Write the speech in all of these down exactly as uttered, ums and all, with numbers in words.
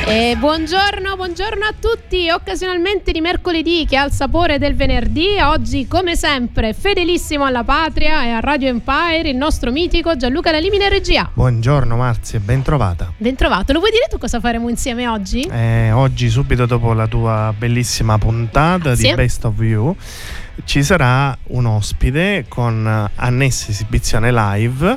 E buongiorno, buongiorno a tutti, occasionalmente di mercoledì che ha il sapore del venerdì. Oggi come sempre fedelissimo alla patria e a Radio Empire il nostro mitico Gianluca Lalimina in regia. Buongiorno Marzia, ben trovata. Ben trovato, lo vuoi dire tu cosa faremo insieme oggi? Eh, oggi subito dopo la tua bellissima puntata sì. di Best of You ci sarà un ospite con annessa esibizione live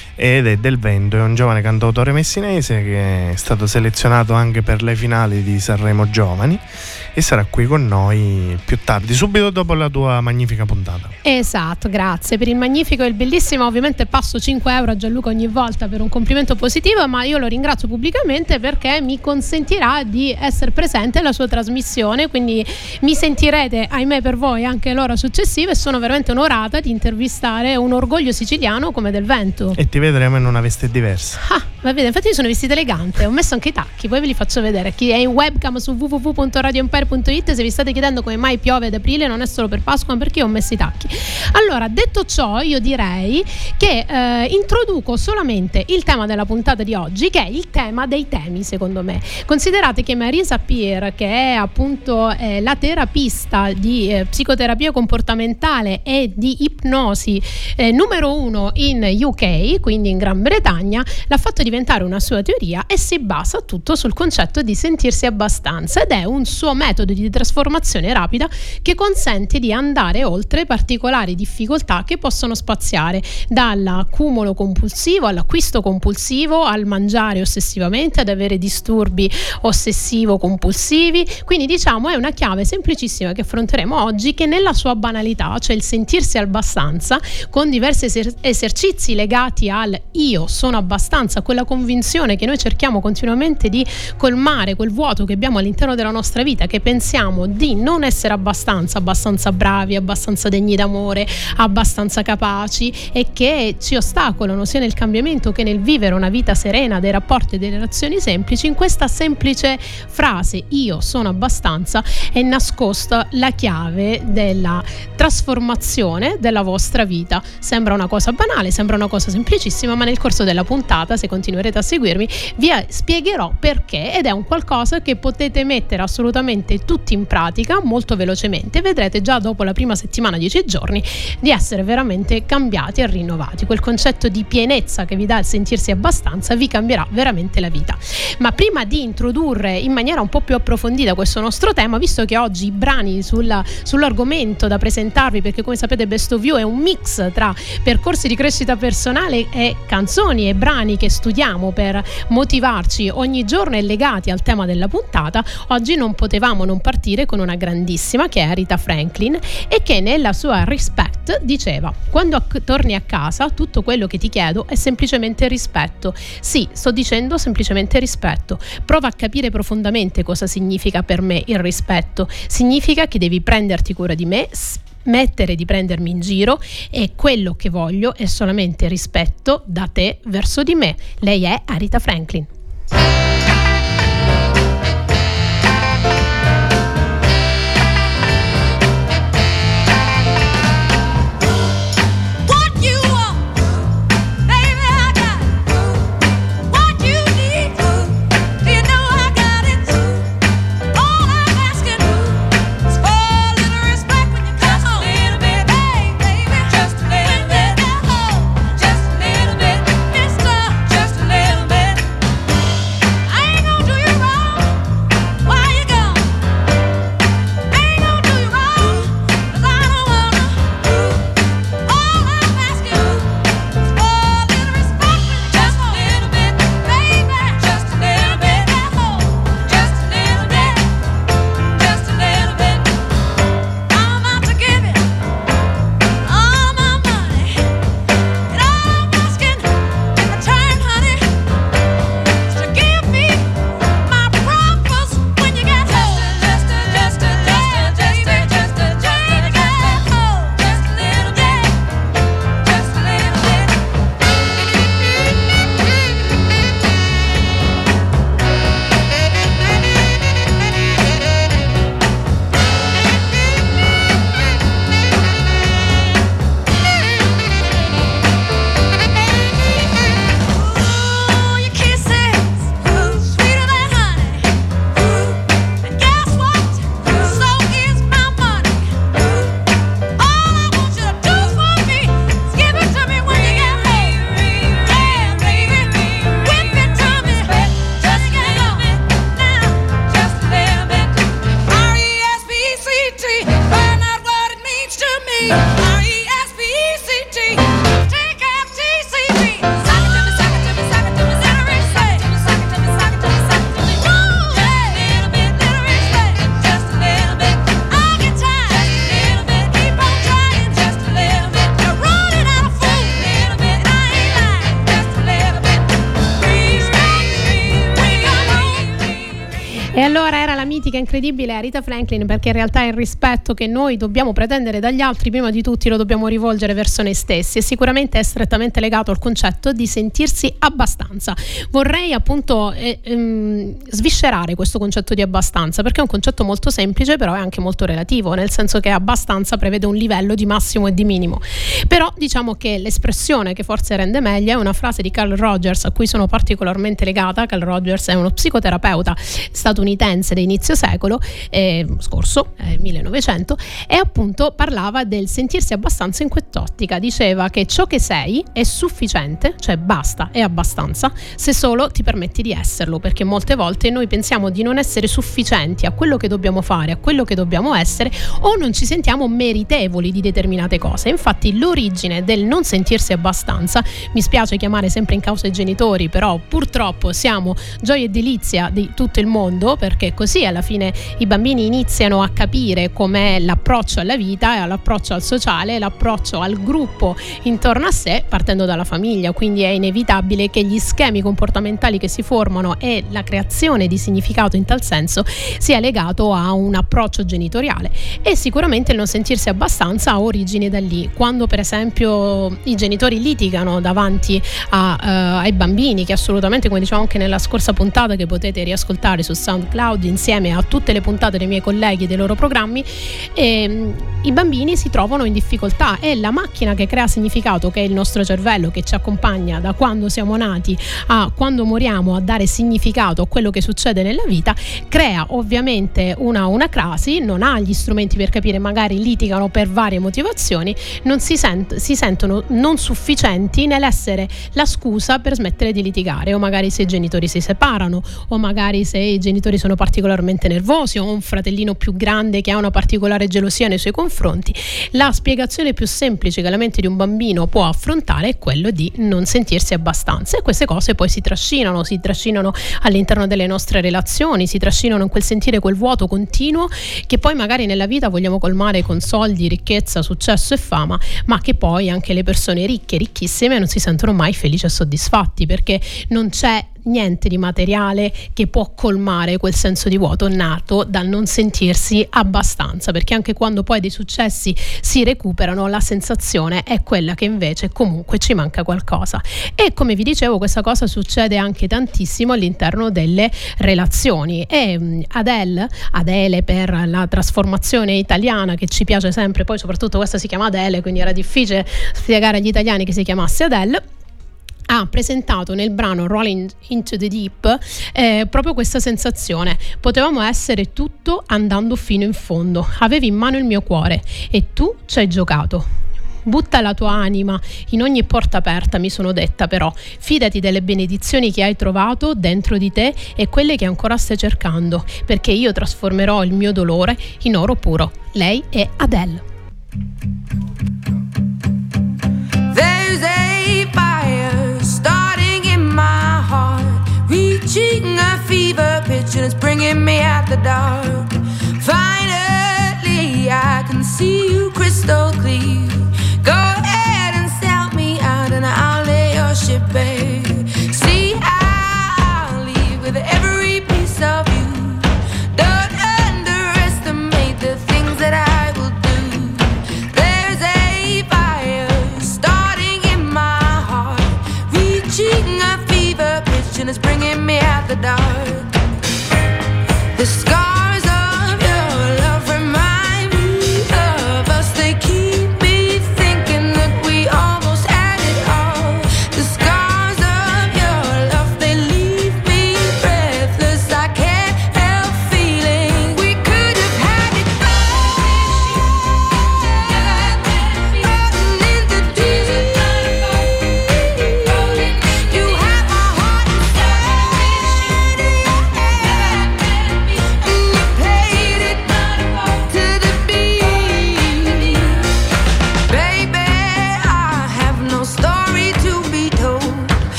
ed è Del Vento, è un giovane cantautore messinese che è stato selezionato anche per le finali di Sanremo Giovani e sarà qui con noi più tardi, subito dopo la tua magnifica puntata. Esatto, grazie per il magnifico e il bellissimo. Ovviamente passo cinque euro a Gianluca ogni volta per un complimento positivo, ma io lo ringrazio pubblicamente perché mi consentirà di essere presente alla sua trasmissione, quindi mi sentirete, ahimè per voi, anche l'ora successiva, e sono veramente onorata di intervistare un orgoglio siciliano come Del Vento. E ti vedremo in una veste diversa. Ah, va bene, infatti io sono vestita elegante, ho messo anche i tacchi, poi ve li faccio vedere. Chi è in webcam su w w w punto radio empire punto it, se vi state chiedendo come mai piove ad aprile, non è solo per Pasqua, ma perché ho messo i tacchi. Allora, detto ciò, io direi che eh, introduco solamente il tema della puntata di oggi, che è il tema dei temi, secondo me. Considerate che Marisa Peer, che è appunto eh, la terapista di eh, psicoterapia comportamentale e di ipnosi eh, numero uno in U K, quindi in Gran Bretagna, l'ha fatto diventare una sua teoria e si basa tutto sul concetto di sentirsi abbastanza, ed è un suo metodo di trasformazione rapida che consente di andare oltre particolari difficoltà che possono spaziare dall'accumulo compulsivo all'acquisto compulsivo, al mangiare ossessivamente, ad avere disturbi ossessivo compulsivi. Quindi diciamo è una chiave semplicissima che affronteremo oggi, che nella sua banalità, cioè il sentirsi abbastanza, con diversi eser- esercizi legati al io sono abbastanza, quella convinzione che noi cerchiamo continuamente di colmare, quel vuoto che abbiamo all'interno della nostra vita, che pensiamo di non essere abbastanza, abbastanza bravi, abbastanza degni d'amore, abbastanza capaci, e che ci ostacolano sia nel cambiamento che nel vivere una vita serena, dei rapporti e delle relazioni semplici. In questa semplice frase io sono abbastanza è nascosta la chiave della trasformazione della vostra vita. Sembra una cosa banale, sembra una cosa semplicissima, ma nel corso della puntata, se continuerete a seguirmi, vi spiegherò perché, ed è un qualcosa che potete mettere assolutamente tutti in pratica molto velocemente. Vedrete già dopo la prima settimana, dieci giorni, di essere veramente cambiati e rinnovati. Quel concetto di pienezza che vi dà il sentirsi abbastanza vi cambierà veramente la vita. Ma prima di introdurre in maniera un po' più approfondita questo nostro tema, visto che oggi i brani sulla, sull'argomento da presentarvi, perché come sapete Best of You è un mix tra percorsi di crescita personale e canzoni e brani che studiamo per motivarci ogni giorno e legati al tema della puntata, oggi non potevamo non partire con una grandissima che è Aretha Franklin, e che nella sua Respect diceva: quando acc- torni a casa tutto quello che ti chiedo è semplicemente rispetto. Sì, sto dicendo semplicemente rispetto. Prova a capire profondamente cosa significa per me il rispetto. Significa che devi prenderti cura di me, smettere di prendermi in giro, e quello che voglio è solamente rispetto da te verso di me. Lei è Aretha Franklin. Just a little bit, mister, just a little bit. E allora era la mitica, incredibile Aretha Franklin, perché in realtà il rispetto che noi dobbiamo pretendere dagli altri, prima di tutti lo dobbiamo rivolgere verso noi stessi, e sicuramente è strettamente legato al concetto di sentirsi abbastanza. Vorrei appunto eh, ehm, sviscerare questo concetto di abbastanza, perché è un concetto molto semplice, però è anche molto relativo, nel senso che abbastanza prevede un livello di massimo e di minimo. Però diciamo che l'espressione che forse rende meglio è una frase di Carl Rogers, a cui sono particolarmente legata. Carl Rogers è uno psicoterapeuta statunitense di inizio secolo eh, scorso, eh, millenovecento, e appunto parlava del sentirsi abbastanza in quest'ottica. Diceva che ciò che sei è sufficiente, cioè basta, è abbastanza, se solo ti permetti di esserlo, perché molte volte noi pensiamo di non essere sufficienti a quello che dobbiamo fare, a quello che dobbiamo essere, o non ci sentiamo meritevoli di determinate cose. Infatti l'origine del non sentirsi abbastanza, mi spiace chiamare sempre in causa i genitori, però purtroppo siamo gioia e delizia di tutto il mondo, perché così alla fine i bambini iniziano a capire com'è l'approccio alla vita, l'approccio al sociale, l'approccio al gruppo intorno a sé, partendo dalla famiglia. Quindi è inevitabile che gli schemi comportamentali che si formano e la creazione di significato in tal senso sia legato a un approccio genitoriale, e sicuramente il non sentirsi abbastanza ha origine da lì. Quando per esempio i genitori litigano davanti a, uh, ai bambini, che assolutamente, come diciamo anche nella scorsa puntata, che potete riascoltare su SoundCloud insieme a tutte le puntate dei miei colleghi e dei loro programmi, e, i bambini si trovano in difficoltà, e la macchina che crea significato, che è il nostro cervello, che ci accompagna da quando siamo nati a quando moriamo a dare significato a quello che succede nella vita, crea ovviamente una, una crasi, non ha gli strumenti per capire, magari litigano per varie motivazioni, non si, sent- si sentono non sufficienti nell'essere la scusa per smettere di litigare, o magari se i genitori si separano, o magari se i genitori sono particolarmente nervosi, o un fratellino più grande che ha una particolare gelosia nei suoi confronti. La spiegazione più semplice che la mente di un bambino può affrontare è quello di non sentirsi abbastanza, e queste cose poi si trascinano, si trascinano all'interno delle nostre relazioni, si trascinano in quel sentire quel vuoto continuo che poi magari nella vita vogliamo colmare con soldi, ricchezza, successo e fama, ma che poi anche le persone ricche, ricchissime, non si sentono mai felici e soddisfatti, perché non c'è niente di materiale che può colmare quel senso di vuoto nato dal non sentirsi abbastanza, perché anche quando poi dei successi si recuperano, la sensazione è quella che invece comunque ci manca qualcosa. E come vi dicevo, questa cosa succede anche tantissimo all'interno delle relazioni, e Adele, Adele per la trasformazione italiana che ci piace sempre, poi soprattutto questa si chiama Adele, quindi era difficile spiegare agli italiani che si chiamasse Adele, ha presentato nel brano Rolling into the Deep eh, proprio questa sensazione: potevamo essere tutto andando fino in fondo, avevi in mano il mio cuore e tu ci hai giocato. Butta la tua anima in ogni porta aperta, mi sono detta, però fidati delle benedizioni che hai trovato dentro di te e quelle che ancora stai cercando, perché io trasformerò il mio dolore in oro puro. Lei è Adele. There's a fire starting in my heart, reaching a fever pitch and it's bringing me out the dark. Finally I can see you crystal clear. Go ahead and sell me out and I'll lay your ship bare. See, I'll leave with every piece of you. Don't underestimate the things that I will do. There's a fire starting in my heart, reaching a fever pitch and it's bringing me out the dark. The scars of your love remind me of us. They keep me thinking that we almost had it all. The scars of your love, they leave me breathless. I can't help feeling we could have had it all. Rolling in the deep, you have my heart inside.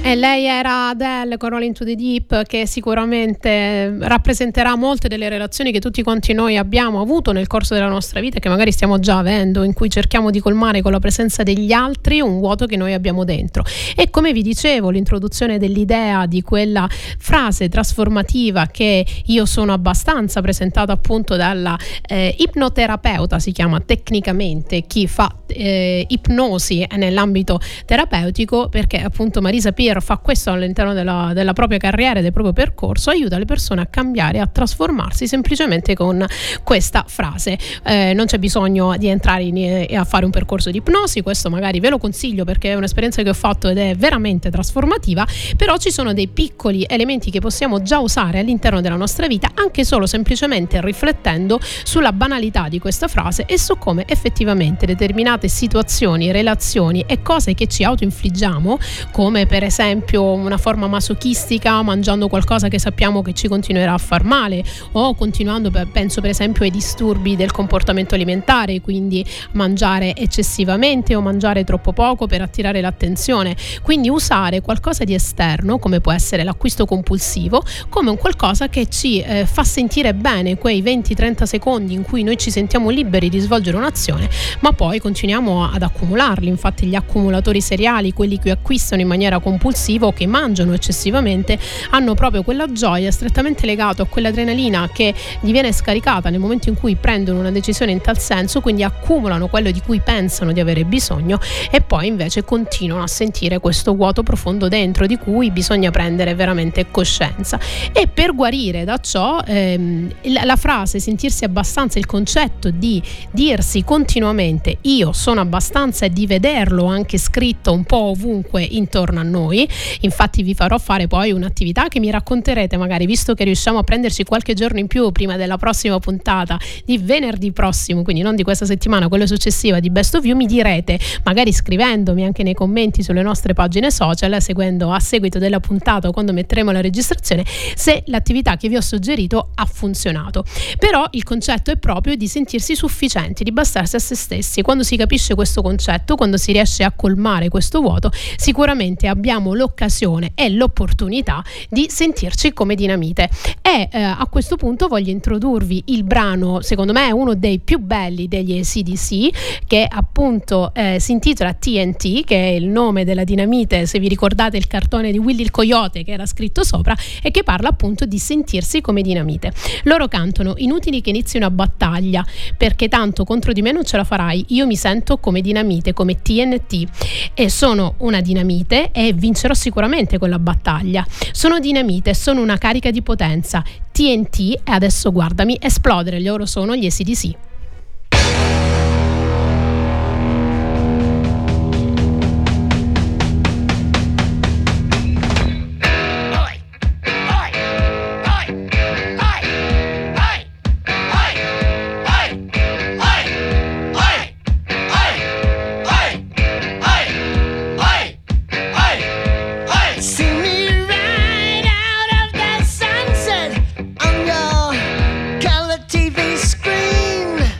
E lei era Adele con Rolling to the Deep, che sicuramente rappresenterà molte delle relazioni che tutti quanti noi abbiamo avuto nel corso della nostra vita e che magari stiamo già avendo, in cui cerchiamo di colmare con la presenza degli altri un vuoto che noi abbiamo dentro. E come vi dicevo, l'introduzione dell'idea di quella frase trasformativa che io sono abbastanza, presentata appunto dalla eh, ipnoterapeuta, si chiama tecnicamente chi fa eh, ipnosi nell'ambito terapeutico, perché appunto Marisa Peer fa questo all'interno della, della propria carriera e del proprio percorso, aiuta le persone a cambiare, a trasformarsi semplicemente con questa frase. Eh, non c'è bisogno di entrare in, eh, a fare un percorso di ipnosi, questo magari ve lo consiglio perché è un'esperienza che ho fatto ed è veramente trasformativa, però ci sono dei piccoli elementi che possiamo già usare all'interno della nostra vita, anche solo semplicemente riflettendo sulla banalità di questa frase e su come effettivamente determinate situazioni, relazioni e cose che ci autoinfliggiamo, come per esempio una forma masochistica, mangiando qualcosa che sappiamo che ci continuerà a far male, o continuando, penso per esempio ai disturbi del comportamento alimentare, quindi mangiare eccessivamente o mangiare troppo poco per attirare l'attenzione, quindi usare qualcosa di esterno, come può essere l'acquisto compulsivo, come un qualcosa che ci eh, fa sentire bene quei venti trenta secondi in cui noi ci sentiamo liberi di svolgere un'azione, ma poi continuiamo ad accumularli. Infatti gli accumulatori seriali, quelli che acquistano in maniera compulsiva o che mangiano eccessivamente, hanno proprio quella gioia strettamente legato a quell'adrenalina che gli viene scaricata nel momento in cui prendono una decisione in tal senso, quindi accumulano quello di cui pensano di avere bisogno e poi invece continuano a sentire questo vuoto profondo dentro di cui bisogna prendere veramente coscienza. E per guarire da ciò ehm, la frase sentirsi abbastanza, il concetto di dirsi continuamente io sono abbastanza e di vederlo anche scritto un po' ovunque intorno a noi. Infatti vi farò fare poi un'attività che mi racconterete, magari, visto che riusciamo a prenderci qualche giorno in più prima della prossima puntata di venerdì prossimo, quindi non di questa settimana, quella successiva di Best of You, mi direte, magari scrivendomi anche nei commenti sulle nostre pagine social, seguendo a seguito della puntata o quando metteremo la registrazione, se l'attività che vi ho suggerito ha funzionato. Però il concetto è proprio di sentirsi sufficienti, di bastarsi a se stessi. Quando si capisce questo concetto, quando si riesce a colmare questo vuoto, sicuramente abbiamo l'occasione e l'opportunità di sentirci come dinamite. E eh, a questo punto voglio introdurvi il brano, secondo me è uno dei più belli degli A C D C, che appunto eh, si intitola T N T, che è il nome della dinamite, se vi ricordate il cartone di Willy il Coyote che era scritto sopra, e che parla appunto di sentirsi come dinamite. Loro cantano: inutili che inizi una battaglia, perché tanto contro di me non ce la farai, io mi sento come dinamite, come T N T, e sono una dinamite e vincerò sicuramente quella battaglia. Sono dinamite, sono una carica di potenza, T N T, e adesso guardami esplodere. Loro sono gli A C D C. T V screen.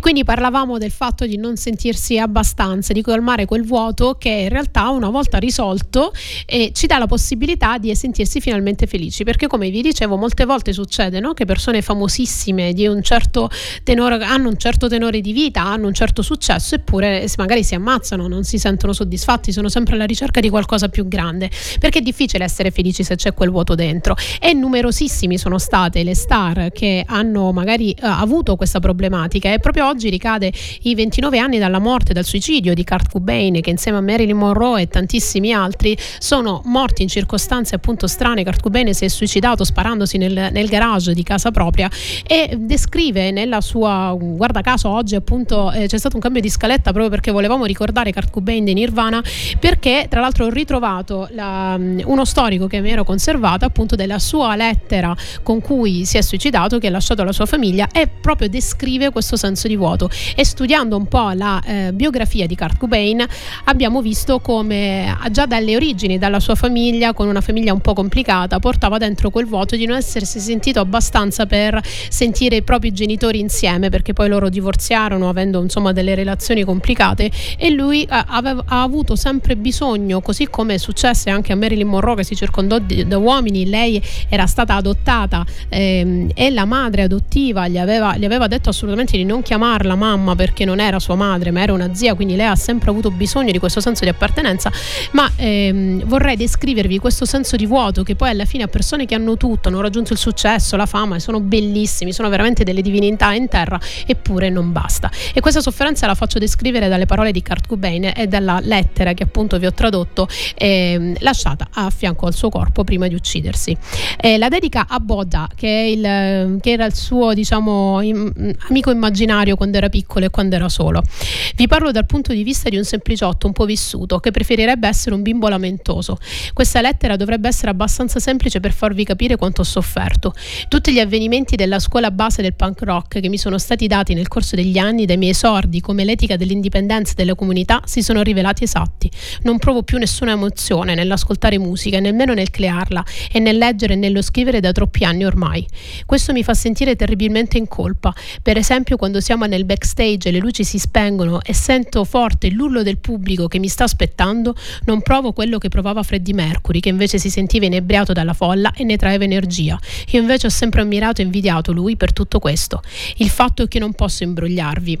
quindi parlavamo del fatto di non sentirsi abbastanza, di colmare quel vuoto che in realtà una volta risolto eh, ci dà la possibilità di sentirsi finalmente felici, perché come vi dicevo molte volte succede, no? Che persone famosissime di un certo tenore hanno un certo tenore di vita, hanno un certo successo, eppure magari si ammazzano, non si sentono soddisfatti, sono sempre alla ricerca di qualcosa più grande, perché è difficile essere felici se c'è quel vuoto dentro, e numerosissimi sono state le star che hanno magari uh, avuto questa problematica, e proprio oggi ricade i ventinove anni dalla morte, dal suicidio di Kurt Cobain, che insieme a Marilyn Monroe e tantissimi altri sono morti in circostanze appunto strane. Kurt Cobain si è suicidato sparandosi nel, nel garage di casa propria, e descrive nella sua, guarda caso oggi appunto eh, c'è stato un cambio di scaletta proprio perché volevamo ricordare Kurt Cobain di Nirvana, perché tra l'altro ho ritrovato la, uno storico che mi ero conservato appunto della sua lettera con cui si è suicidato, che ha lasciato alla sua famiglia, e proprio descrive questo senso di vuoto. E studiando un po' la eh, biografia di Kurt Cobain abbiamo visto come già dalle origini, dalla sua famiglia, con una famiglia un po' complicata, portava dentro quel vuoto di non essersi sentito abbastanza per sentire i propri genitori insieme, perché poi loro divorziarono avendo insomma delle relazioni complicate, e lui ha, aveva, ha avuto sempre bisogno, così come successe anche a Marilyn Monroe che si circondò di, da uomini. Lei era stata adottata ehm, e la madre adottiva gli aveva, gli aveva detto assolutamente di non chiamarla mamma perché non era sua madre ma era una zia, quindi lei ha sempre avuto bisogno di questo senso di appartenenza. Ma ehm, vorrei descrivervi questo senso di vuoto che poi alla fine a persone che hanno tutto, hanno raggiunto il successo, la fama, e sono bellissimi, sono veramente delle divinità in terra, eppure non basta. E questa sofferenza la faccio descrivere dalle parole di Kurt Cobain e dalla lettera che appunto vi ho tradotto, eh, lasciata a fianco al suo corpo prima di uccidersi. Eh, la dedica a Boda, che, è il, che era il suo diciamo im, amico immaginario quando era piccolo e quando era solo. Vi parlo dal punto di vista di un sempliciotto un po' vissuto che preferirebbe essere un bimbo lamentoso. Questa lettera dovrebbe essere abbastanza semplice per farvi capire quanto ho sofferto. Tutti gli avvenimenti della scuola base del punk rock che mi sono stati dati nel corso degli anni, dai miei esordi, come l'etica dell'indipendenza delle comunità, si sono rivelati esatti. Non provo più nessuna emozione nell'ascoltare musica, nemmeno nel crearla e nel leggere e nello scrivere da troppi anni ormai. Questo mi fa sentire terribilmente in colpa. Per esempio quando siamo nel backstage e le luci si spengono e sento forte l'urlo del pubblico che mi sta aspettando, non provo quello che provava Freddie Mercury, che invece si sentiva inebriato dalla folla e ne traeva energia. Io invece ho sempre ammirato e invidiato lui per tutto questo. Il fatto è che non posso imbrogliarvi.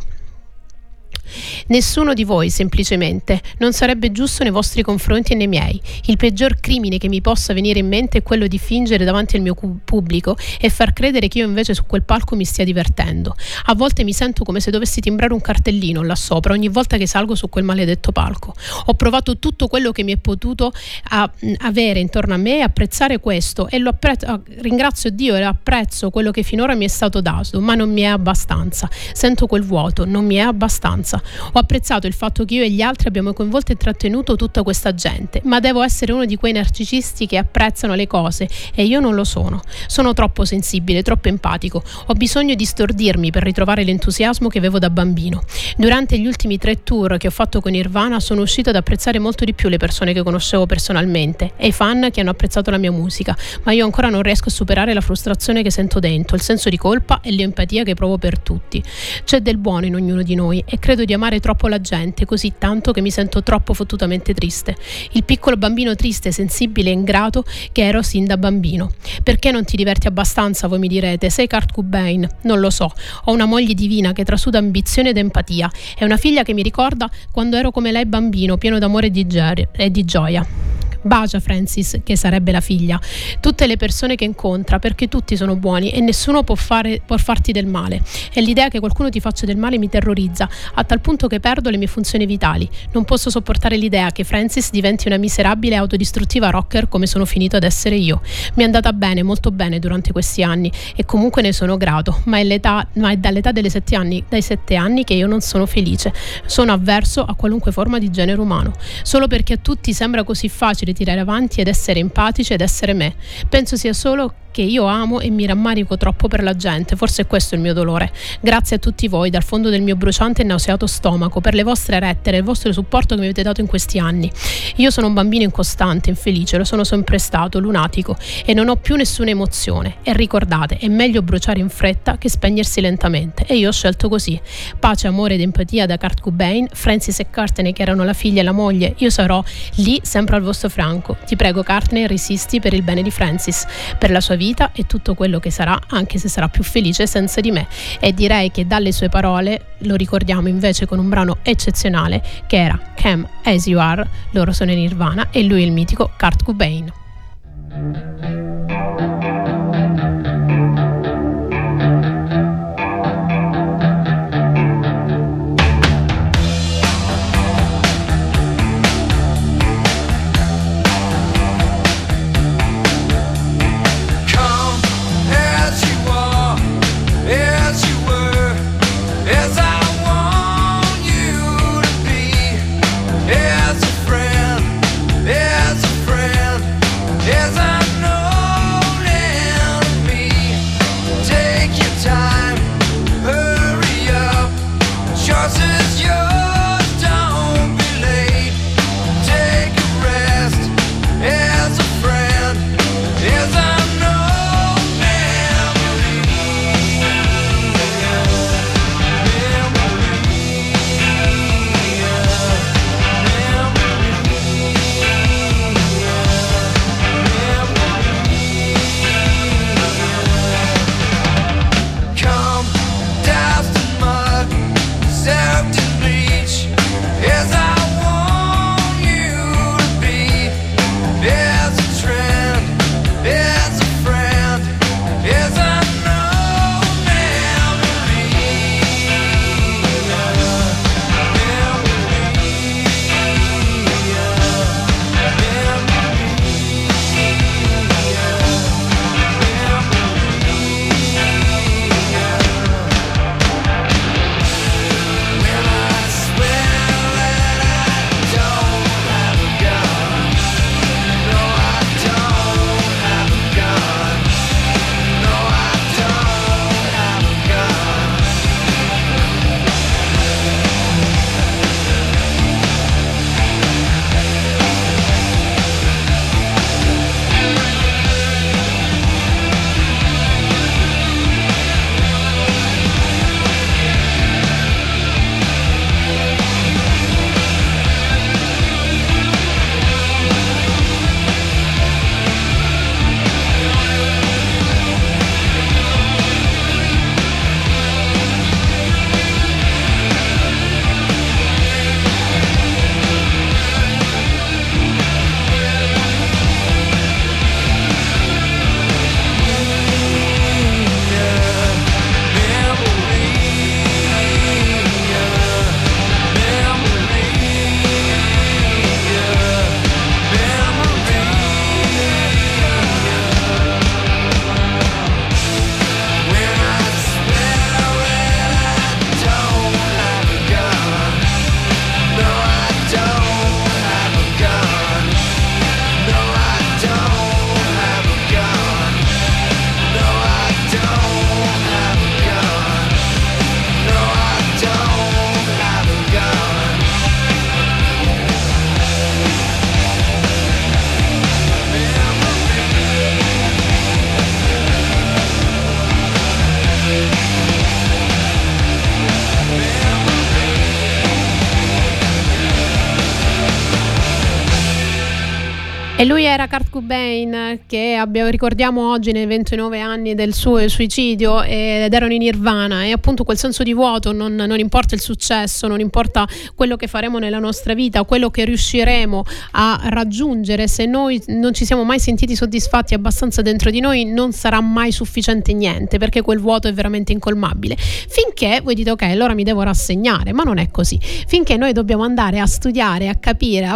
Nessuno di voi, semplicemente, non sarebbe giusto nei vostri confronti e nei miei. Il peggior crimine che mi possa venire in mente è quello di fingere davanti al mio pubblico e far credere che io invece su quel palco mi stia divertendo. A volte mi sento come se dovessi timbrare un cartellino là sopra ogni volta che salgo su quel maledetto palco. Ho provato tutto quello che mi è potuto a, avere intorno a me e apprezzare questo, e lo apprezzo, ringrazio Dio e apprezzo quello che finora mi è stato dato, ma non mi è abbastanza. Sento quel vuoto, non mi è abbastanza. Ho apprezzato il fatto che io e gli altri abbiamo coinvolto e trattenuto tutta questa gente, ma devo essere uno di quei narcisisti che apprezzano le cose, e io non lo sono. Sono troppo sensibile, troppo empatico. Ho bisogno di stordirmi per ritrovare l'entusiasmo che avevo da bambino. Durante gli ultimi tre tour che ho fatto con Nirvana sono uscito ad apprezzare molto di più le persone che conoscevo personalmente e i fan che hanno apprezzato la mia musica, ma io ancora non riesco a superare la frustrazione che sento dentro, il senso di colpa e l'empatia che provo per tutti. C'è del buono in ognuno di noi e credo di amare troppo la gente, così tanto che mi sento troppo fottutamente triste. Il piccolo bambino triste, sensibile e ingrato che ero sin da bambino. Perché non ti diverti abbastanza, voi mi direte? Sei Kurt Cobain? Non lo so. Ho una moglie divina che trasuda ambizione ed empatia. È una figlia che mi ricorda quando ero come lei bambino, pieno d'amore e di, gio- e di gioia. Bacia Francis, che sarebbe la figlia, tutte le persone che incontra, perché tutti sono buoni e nessuno può, fare, può farti del male. E l'idea che qualcuno ti faccia del male mi terrorizza, a tal punto che perdo le mie funzioni vitali. Non posso sopportare l'idea che Francis diventi una miserabile e autodistruttiva rocker come sono finito ad essere io. Mi è andata bene, molto bene durante questi anni, e comunque ne sono grato, ma è, l'età, ma è dall'età delle sette anni, dai sette anni che io non sono felice. Sono avverso a qualunque forma di genere umano. Solo perché a tutti sembra così facile deve tirare avanti ed essere empatici ed essere me. Penso sia solo che io amo e mi rammarico troppo per la gente, forse è questo il mio dolore. Grazie a tutti voi dal fondo del mio bruciante e nauseato stomaco per le vostre rette e il vostro supporto che mi avete dato in questi anni. Io sono un bambino incostante, infelice, lo sono sempre stato, lunatico e non ho più nessuna emozione. E ricordate, è meglio bruciare in fretta che spegnersi lentamente e io ho scelto così. Pace, amore ed empatia da Kurt Cobain, Francis e Courtney che erano la figlia e la moglie, io sarò lì sempre al vostro fianco. Ti prego Courtney, resisti per il bene di Francis, per la sua vita e tutto quello che sarà, anche se sarà più felice senza di me. E direi che dalle sue parole lo ricordiamo invece con un brano eccezionale che era Come As You Are. Loro sono in Nirvana e lui è il mitico Kurt Cobain. E lui era Kurt Cobain, che abbiamo, ricordiamo oggi nei ventinove anni del suo suicidio, ed erano in Nirvana. E appunto quel senso di vuoto, non, non importa il successo, non importa quello che faremo nella nostra vita, quello che riusciremo a raggiungere, se noi non ci siamo mai sentiti soddisfatti abbastanza dentro di noi, non sarà mai sufficiente niente, perché quel vuoto è veramente incolmabile. Finché voi dite ok, allora mi devo rassegnare, ma non è così. Finché noi dobbiamo andare a studiare, a capire, a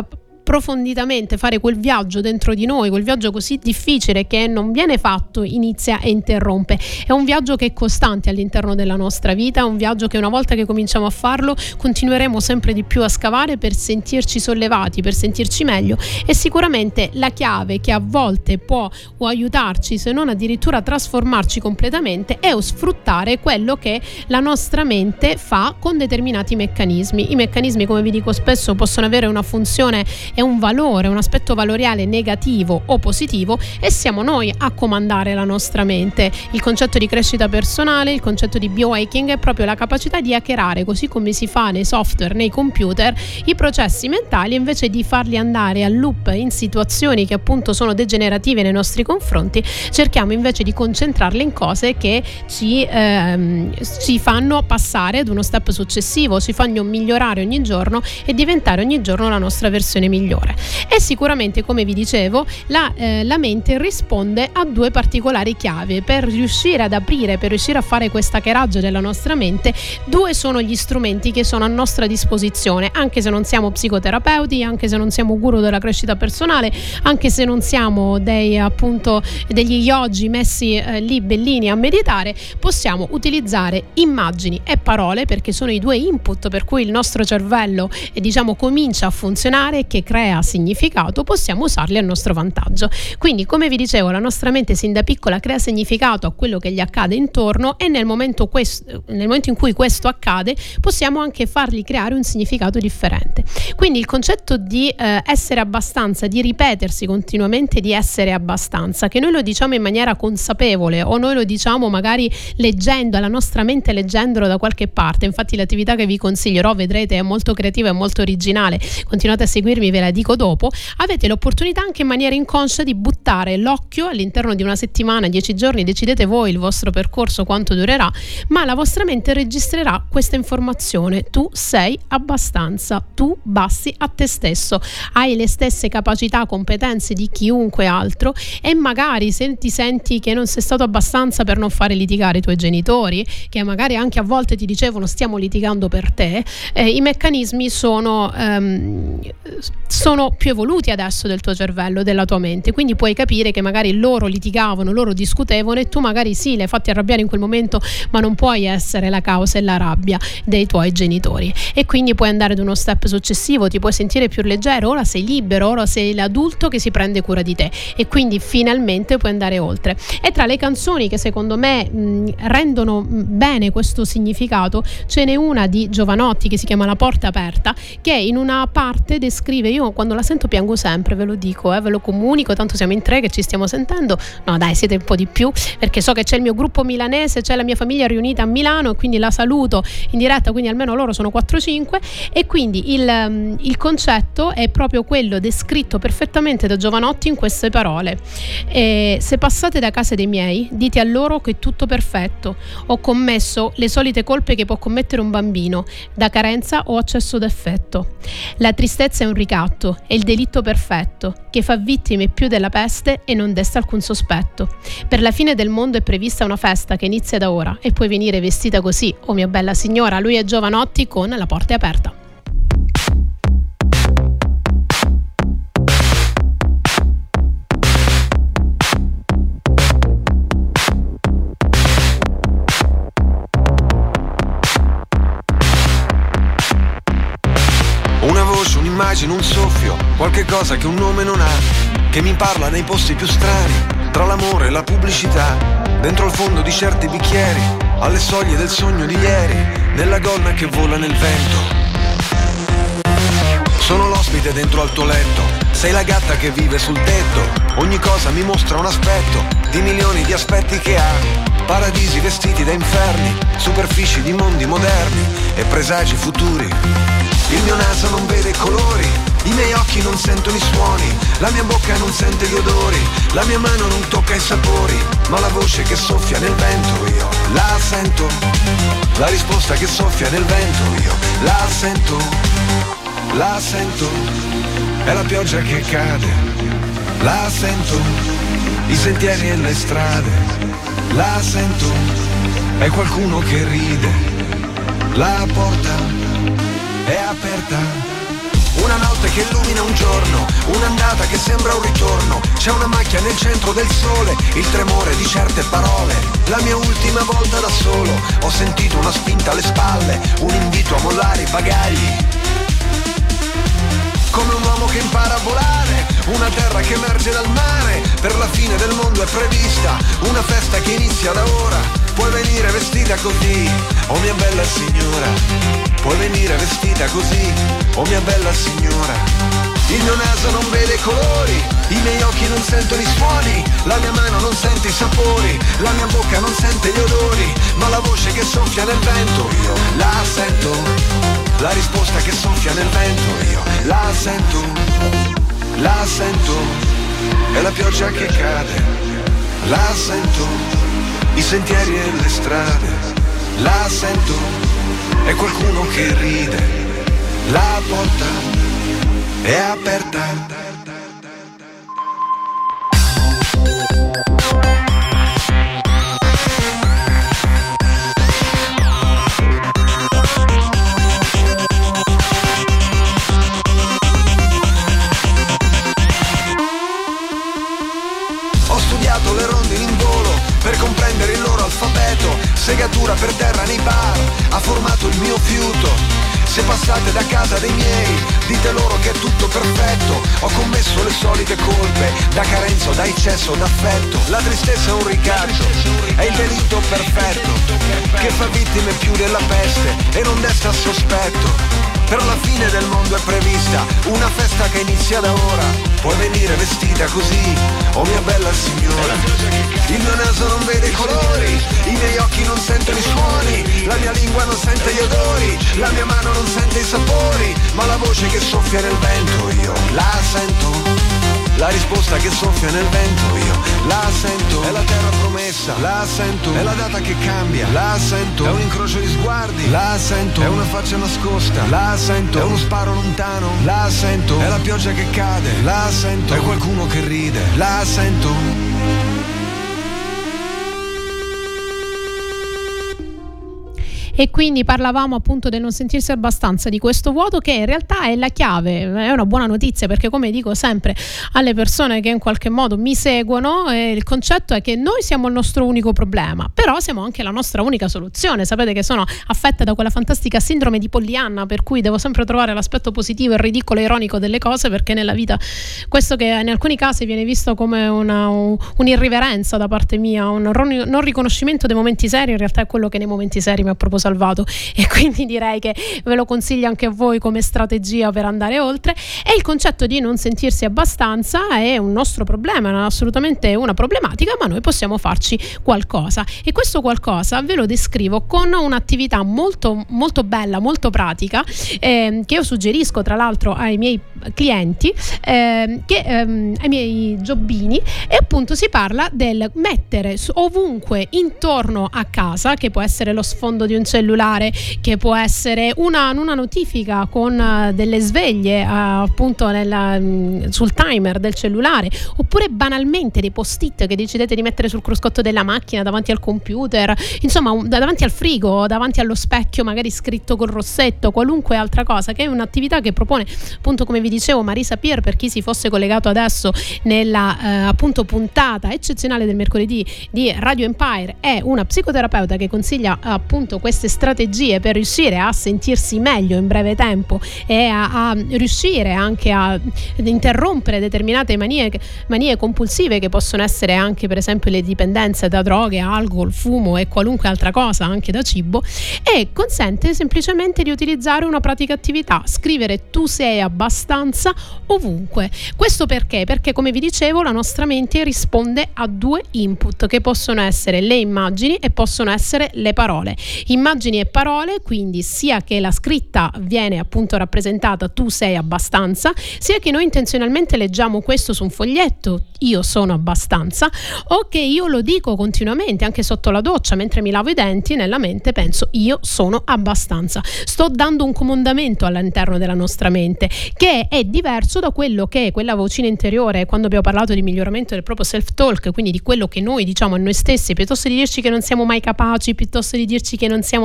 approfonditamente fare quel viaggio dentro di noi, quel viaggio così difficile che non viene fatto, inizia e interrompe. È un viaggio che è costante all'interno della nostra vita, è un viaggio che una volta che cominciamo a farlo continueremo sempre di più a scavare per sentirci sollevati, per sentirci meglio, e sicuramente la chiave che a volte può o aiutarci, se non addirittura trasformarci completamente, è sfruttare quello che la nostra mente fa con determinati meccanismi. I meccanismi, come vi dico spesso, possono avere una funzione e un valore, un aspetto valoriale negativo o positivo, e siamo noi a comandare la nostra mente. Il concetto di crescita personale, il concetto di biohacking è proprio la capacità di hackerare, così come si fa nei software, nei computer, i processi mentali, invece di farli andare a loop in situazioni che appunto sono degenerative nei nostri confronti, cerchiamo invece di concentrarli in cose che ci, ehm, ci fanno passare ad uno step successivo, ci fanno migliorare ogni giorno e diventare ogni giorno la nostra versione migliore. E sicuramente, come vi dicevo, la, eh, la mente risponde a due particolari chiavi. Per riuscire ad aprire, per riuscire a fare questa hackeraggio della nostra mente, due sono gli strumenti che sono a nostra disposizione, anche se non siamo psicoterapeuti, anche se non siamo guru della crescita personale, anche se non siamo dei appunto degli yogi messi eh, lì bellini a meditare. Possiamo utilizzare immagini e parole, perché sono i due input per cui il nostro cervello eh, diciamo comincia a funzionare e che crea significato. Possiamo usarli a nostro vantaggio. Quindi, come vi dicevo, la nostra mente sin da piccola crea significato a quello che gli accade intorno, e nel momento, questo, nel momento in cui questo accade possiamo anche fargli creare un significato differente. Quindi il concetto di eh, essere abbastanza, di ripetersi continuamente di essere abbastanza, che noi lo diciamo in maniera consapevole o noi lo diciamo magari leggendo, alla nostra mente leggendolo da qualche parte. Infatti l'attività che vi consiglierò, vedrete, è molto creativa e molto originale, continuate a seguirmi, ve la dico dopo. Avete l'opportunità anche in maniera inconscia di buttare l'occhio all'interno di una settimana, dieci giorni, decidete voi il vostro percorso quanto durerà, ma la vostra mente registrerà questa informazione: tu sei abbastanza, tu basti a te stesso, hai le stesse capacità, competenze di chiunque altro, e magari se ti senti che non sei stato abbastanza per non fare litigare i tuoi genitori, che magari anche a volte ti dicevano stiamo litigando per te, eh, i meccanismi sono, ehm, sono più evoluti adesso del tuo cervello, della tua mente, quindi puoi capire che magari loro litigavano, loro discutevano e tu magari sì, li hai fatti arrabbiare in quel momento, ma non puoi essere la causa e la rabbia dei tuoi genitori, e quindi puoi andare ad uno step successivo, ti puoi sentire più leggero, ora sei libero, ora sei l'adulto che si prende cura di te, e quindi finalmente puoi andare oltre. E tra le canzoni che secondo me mh, rendono bene questo significato, ce n'è una di Jovanotti che si chiama La porta aperta, che in una parte descrive, io quando la sento piango sempre, ve lo dico, eh, ve lo comunico, tanto siamo in tre che ci stiamo sentendo, no dai, siete un po' di più, perché so che c'è il mio gruppo milanese, c'è la mia famiglia riunita a Milano, e quindi la saluto in diretta, quindi almeno loro sono quattro cinque, e quindi il, il concetto è proprio quello descritto perfettamente da Jovanotti in queste parole: e se passate da casa dei miei, dite a loro che è tutto perfetto, ho commesso le solite colpe che può commettere un bambino, da carenza o eccesso d'affetto. La tristezza è un ricatto, è il delitto perfetto, che fa vittime più della peste e non desta alcun sospetto. Per la fine del mondo è prevista una festa che inizia da ora, e puoi venire vestita così, oh mia bella signora. Lui è Jovanotti con La porta è aperta. Una voce, un'immagine, un soffio, qualche cosa che un nome non ha, che mi parla nei posti più strani, tra l'amore e la pubblicità, dentro il fondo di certi bicchieri, alle soglie del sogno di ieri, nella gonna che vola nel vento. Sono l'ospite dentro al tuo letto, sei la gatta che vive sul tetto, ogni cosa mi mostra un aspetto, di milioni di aspetti che ha, paradisi vestiti da inferni, superfici di mondi moderni e presagi futuri. Il mio naso non vede colori, i miei occhi non sentono i suoni, la mia bocca non sente gli odori, la mia mano non tocca i sapori, ma la voce che soffia nel vento io la sento, la risposta che soffia nel vento io la sento, la sento, è la pioggia che cade, la sento, i sentieri e le strade, la sento, è qualcuno che ride, la porta è aperta. una notte che illumina un giorno, un'andata che sembra un ritorno. C'è una macchia nel centro del sole, il tremore di certe parole. La mia ultima volta da solo, ho sentito una spinta alle spalle, un invito a mollare i bagagli. Come un uomo che impara a volare, una terra che emerge dal mare. Per la fine del mondo è prevista una festa che inizia da ora. Puoi venire vestita così, oh mia bella signora. Puoi venire vestita così, oh mia bella signora. Il mio naso non vede i colori, i miei occhi non sentono i suoni, la mia mano non sente i sapori, la mia bocca non sente gli odori, ma la voce che soffia nel vento io la sento, la risposta che soffia nel vento io la sento, la sento, è la pioggia che cade, la sento, i sentieri e le strade, la sento, è qualcuno che ride, la porta è aperta. Ho studiato le rondini in volo per comprendere il loro alfabeto, segatura per terra nei bar, ha formato il mio fiuto. Se passate da casa dei miei, dite loro che è tutto perfetto. Ho commesso le solite colpe, da carenza o da eccesso d'affetto. La tristezza è un ricatto, è il delitto perfetto, che fa vittime più della peste e non desta sospetto. Per la fine del mondo è prevista una festa che inizia da ora. Puoi venire vestita così, oh mia bella signora. Il mio naso non vede i colori, i miei occhi non sentono i suoni, la mia lingua non sente gli odori, la mia mano non sente i sapori, ma la voce che soffia nel vento io la sento, la risposta che soffia nel vento io la sento, è la terra promessa, la sento, è la data che cambia, la sento, è un incrocio di sguardi, la sento, è una faccia nascosta, la sento, è uno sparo lontano, la sento, è la pioggia che cade, la sento, è qualcuno che ride, la sento. E quindi parlavamo appunto del non sentirsi abbastanza, di questo vuoto che in realtà è la chiave, è una buona notizia, perché come dico sempre alle persone che in qualche modo mi seguono, eh, il concetto è che noi siamo il nostro unico problema, però siamo anche la nostra unica soluzione. Sapete che sono affetta da quella fantastica sindrome di Pollyanna, per cui devo sempre trovare l'aspetto positivo, il ridicolo e ironico delle cose, perché nella vita questo, che in alcuni casi viene visto come una, un, un'irriverenza da parte mia, un non riconoscimento dei momenti seri, in realtà è quello che nei momenti seri mi ha proprio salvato, e quindi direi che ve lo consiglio anche a voi come strategia per andare oltre. E il concetto di non sentirsi abbastanza è un nostro problema, è assolutamente una problematica, ma noi possiamo farci qualcosa, e questo qualcosa ve lo descrivo con un'attività molto molto bella, molto pratica, eh, che io suggerisco tra l'altro ai miei clienti, eh, che, ehm, ai miei jobbini, e appunto si parla del mettere ovunque intorno a casa, che può essere lo sfondo di un cellulare, che può essere una, una notifica con uh, delle sveglie uh, appunto nella, um, sul timer del cellulare, oppure banalmente dei post-it che decidete di mettere sul cruscotto della macchina, davanti al computer, insomma un, davanti al frigo, davanti allo specchio, magari scritto col rossetto, qualunque altra cosa, che è un'attività che propone appunto, come vi dicevo, Marisa Pier, per chi si fosse collegato adesso nella uh, appunto puntata eccezionale del mercoledì di Radio Empire. È una psicoterapeuta che consiglia uh, appunto queste strategie per riuscire a sentirsi meglio in breve tempo e a, a riuscire anche a interrompere determinate manie, manie compulsive, che possono essere anche per esempio le dipendenze da droghe, alcol, fumo e qualunque altra cosa, anche da cibo, e consente semplicemente di utilizzare una pratica attività: scrivere "tu sei abbastanza" ovunque. Questo perché? Perché, come vi dicevo, la nostra mente risponde a due input, che possono essere le immagini e possono essere le parole. Immagini e parole, quindi sia che la scritta viene appunto rappresentata "tu sei abbastanza", sia che noi intenzionalmente leggiamo questo su un foglietto, "io sono abbastanza", o che io lo dico continuamente anche sotto la doccia mentre mi lavo i denti, nella mente penso "io sono abbastanza". Sto dando un comandamento all'interno della nostra mente, che è diverso da quello che è quella vocina interiore, quando abbiamo parlato di miglioramento del proprio self-talk, quindi di quello che noi diciamo a noi stessi, piuttosto di dirci che non siamo mai capaci, piuttosto di dirci che non siamo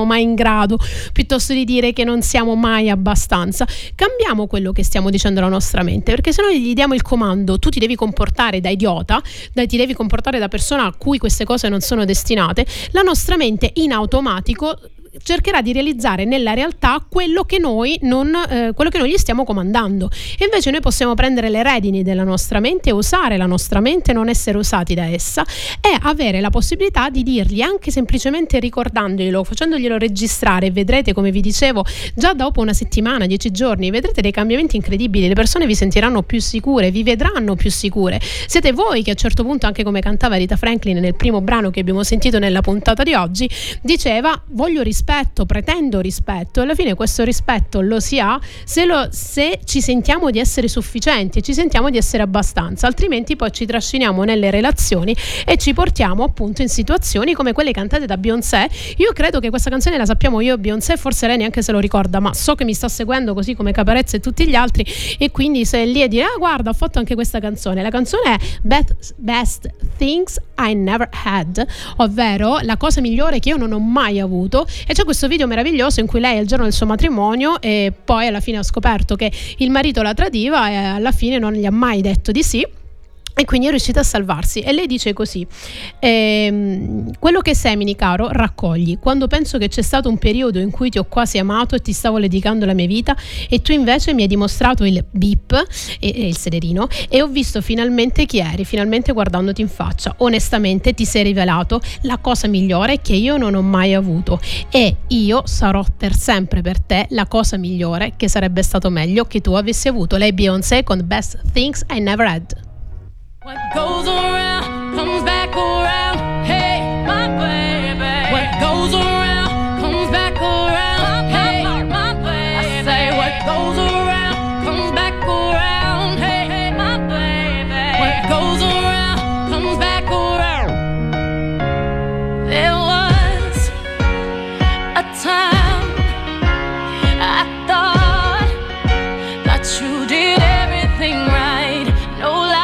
siamo mai in grado, piuttosto di dire che non siamo mai abbastanza. Cambiamo quello che stiamo dicendo alla nostra mente, perché se noi gli diamo il comando tu ti devi comportare da idiota, da, ti devi comportare da persona a cui queste cose non sono destinate, la nostra mente in automatico cercherà di realizzare nella realtà quello che noi non eh, quello che noi gli stiamo comandando. E invece noi possiamo prendere le redini della nostra mente, usare la nostra mente, non essere usati da essa, e avere la possibilità di dirgli, anche semplicemente ricordandoglielo, facendoglielo registrare. Vedrete, come vi dicevo, già dopo una settimana, dieci giorni, vedrete dei cambiamenti incredibili. Le persone vi sentiranno più sicure, vi vedranno più sicure. Siete voi che a un certo punto, anche come cantava Rita Franklin nel primo brano che abbiamo sentito nella puntata di oggi, diceva: voglio rispetto, pretendo rispetto, e alla fine questo rispetto lo si ha se, lo, se ci sentiamo di essere sufficienti e ci sentiamo di essere abbastanza, altrimenti poi ci trasciniamo nelle relazioni e ci portiamo appunto in situazioni come quelle cantate da Beyoncé. Io credo che questa canzone la sappiamo io e Beyoncé, forse lei neanche se lo ricorda, ma so che mi sta seguendo così come Caparezza e tutti gli altri, e quindi se è lì e dire ah guarda ho fatto anche questa canzone, la canzone è Best, Best Things I Never Had, ovvero la cosa migliore che io non ho mai avuto. E c'è questo video meraviglioso in cui lei è il giorno del suo matrimonio e poi alla fine ha scoperto che il marito la tradiva e alla fine non gli ha mai detto di sì, e quindi è riuscita a salvarsi. E lei dice così: ehm, quello che semini, caro, raccogli. Quando penso che c'è stato un periodo in cui ti ho quasi amato e ti stavo dedicando la mia vita, e tu invece mi hai dimostrato il bip e, e il sederino, e ho visto finalmente chi eri, finalmente guardandoti in faccia, onestamente ti sei rivelato la cosa migliore che io non ho mai avuto, e io sarò per sempre per te la cosa migliore che sarebbe stato meglio che tu avessi avuto. Lei Beyoncé con Best Things I Never Had. What goes around comes back around. Hey, my baby. What goes around comes back around. Hey, my baby. I say what goes around comes back around. Hey, hey, my baby. What goes around comes back around. There was a time I thought that you did everything right. No lie.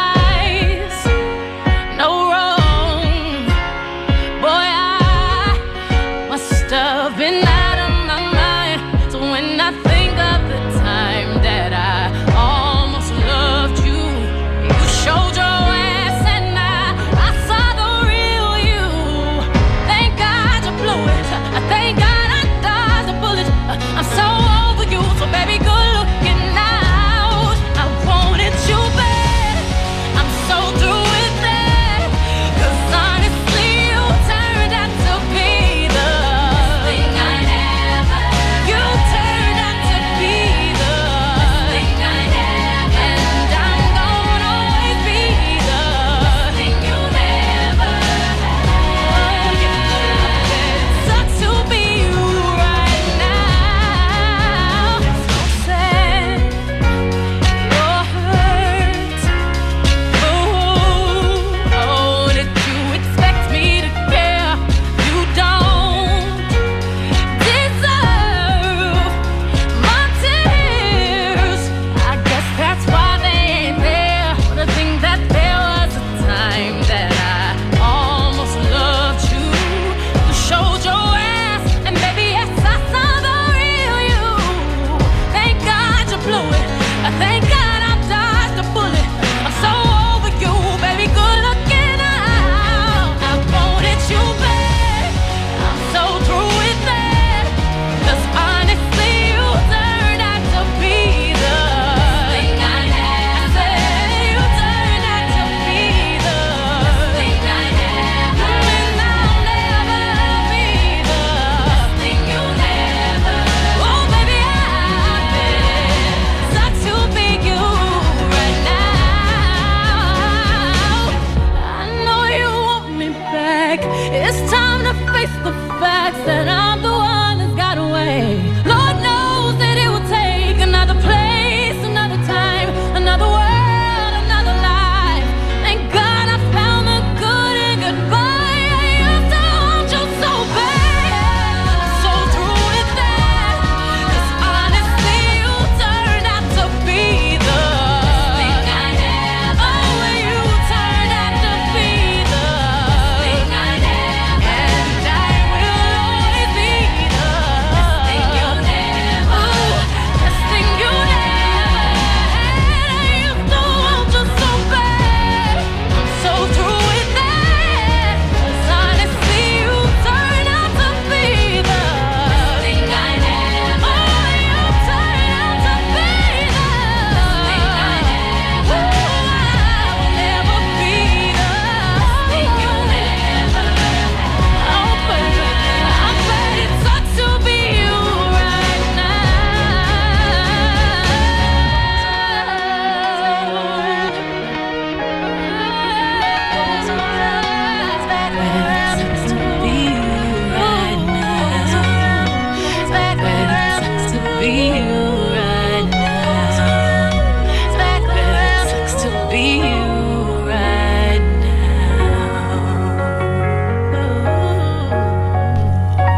Be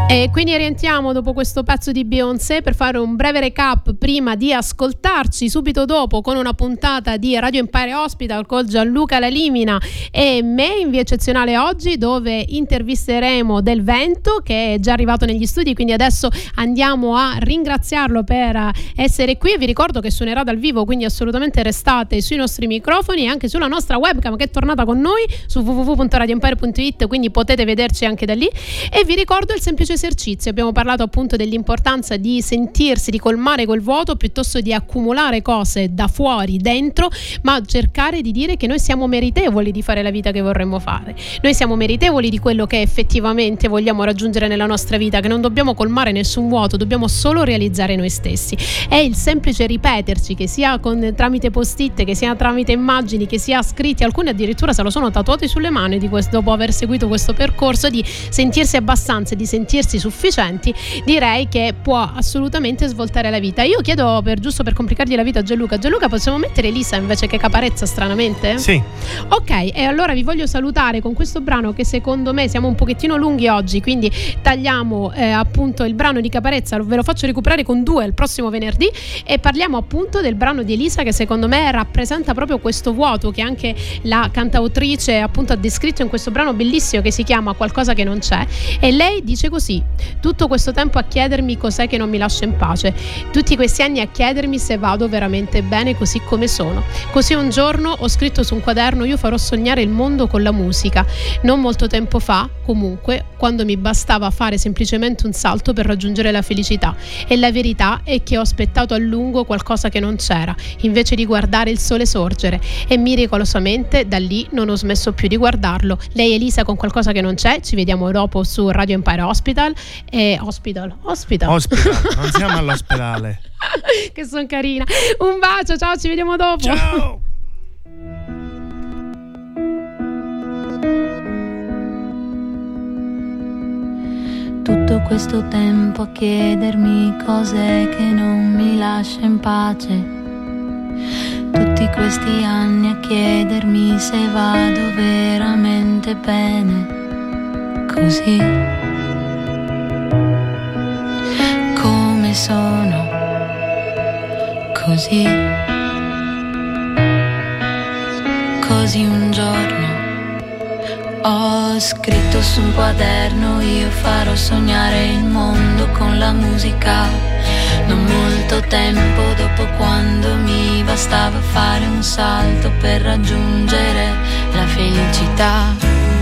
E quindi rientriamo dopo questo pezzo di Beyoncé per fare un breve recap prima di ascoltarci subito dopo con una puntata di Radio Empire Hospital con Gianluca Lalimina e me in via eccezionale oggi, dove intervisteremo Del Vento, che è già arrivato negli studi, quindi adesso andiamo a ringraziarlo per essere qui. E vi ricordo che suonerà dal vivo, quindi assolutamente restate sui nostri microfoni e anche sulla nostra webcam che è tornata con noi su w w w punto radio empire punto it, quindi potete vederci anche da lì. E vi ricordo il semplice esercizio: abbiamo parlato appunto dell'importanza di sentirsi, di colmare quel vuoto piuttosto di accumulare cose da fuori dentro, ma cercare di dire che noi siamo meritevoli di fare la vita che vorremmo fare, noi siamo meritevoli di quello che effettivamente vogliamo raggiungere nella nostra vita, che non dobbiamo colmare nessun vuoto, dobbiamo solo realizzare noi stessi. È il semplice ripeterci, che sia con, tramite post-it, che sia tramite immagini, che sia scritti, alcuni addirittura se lo sono tatuati sulle mani di questo, dopo aver seguito questo percorso di sentirsi abbastanza, di sentirsi sufficienti, direi che può assolutamente svoltare la vita. Io chiedo, per giusto per complicargli la vita a Gianluca, Gianluca, possiamo mettere Elisa invece che Caparezza stranamente? Sì. Ok, e allora vi voglio salutare con questo brano che secondo me siamo un pochettino lunghi oggi, quindi tagliamo eh, appunto il brano di Caparezza, ve lo faccio recuperare con due il prossimo venerdì, e parliamo appunto del brano di Elisa, che secondo me rappresenta proprio questo vuoto che anche la cantautrice appunto ha descritto in questo brano bellissimo che si chiama Qualcosa che non c'è. E lei dice così: tutto questo tempo a chiedermi cos'è che non mi lascia in pace, tutti questi anni a chiedermi se vado veramente bene così come sono. Così un giorno ho scritto su un quaderno: io farò sognare il mondo con la musica. Non molto tempo fa, comunque, quando mi bastava fare semplicemente un salto per raggiungere la felicità. E la verità è che ho aspettato a lungo qualcosa che non c'era, invece di guardare il sole sorgere, e miracolosamente da lì non ho smesso più di guardarlo. Lei Elisa con Qualcosa che non c'è, ci vediamo dopo su Radio Empire Hospital. E Hospital, Hospital. Hospital, non siamo all'ospedale. Che son carina. Un bacio, ciao, ci vediamo dopo. Ciao. Tutto questo tempo a chiedermi cos'è che non mi lascia in pace. Tutti questi anni a chiedermi se vado veramente bene così come sono, così, così un giorno ho scritto su un quaderno: io farò sognare il mondo con la musica. Non molto tempo dopo, quando mi bastava fare un salto per raggiungere la felicità.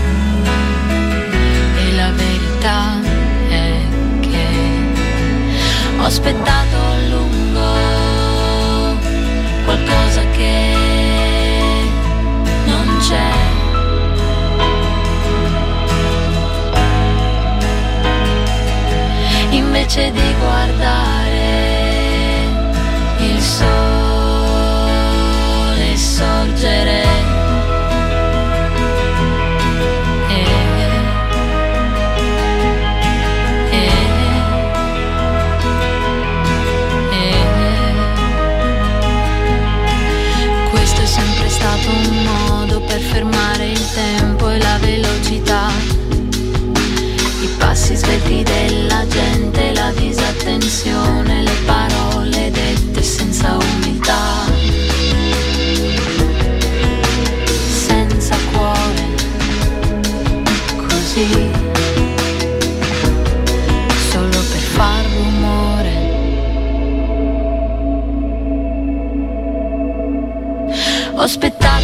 E la verità è che ho aspettato a lungo qualcosa che non c'è. Invece di guardare il sole sorgere, e, e, e, questo è sempre stato un modo per fermare il tempo e la velocità, i passi svelti della gente, la disattenzione, le parole dette senza umiltà, senza cuore, così, solo per far rumore. Ho aspettato